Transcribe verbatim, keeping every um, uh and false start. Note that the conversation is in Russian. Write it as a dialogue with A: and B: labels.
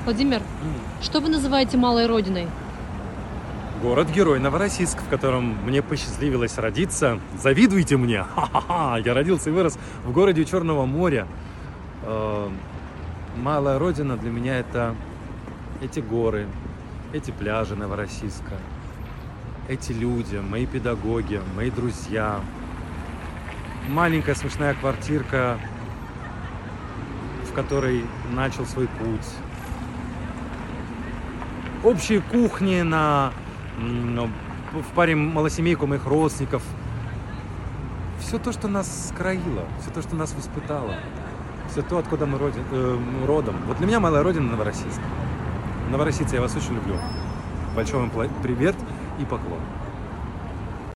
A: Владимир, что вы называете малой родиной?
B: Город-герой Новороссийск, в котором мне посчастливилось родиться. Завидуйте мне! Ха-ха-ха! Я родился и вырос в городе у Черного моря. Э, Малая родина для меня это эти горы, эти пляжи Новороссийска, эти люди, мои педагоги, мои друзья. Маленькая смешная квартирка, в которой начал свой путь. Общие кухни на, в паре малосемейку моих родственников. Все то, что нас скроило, все то, что нас воспитало, все то, откуда мы родин, э, родом. Вот для меня малая родина Новороссийск. Новороссийцы, я вас очень люблю. Большой вам привет и поклон.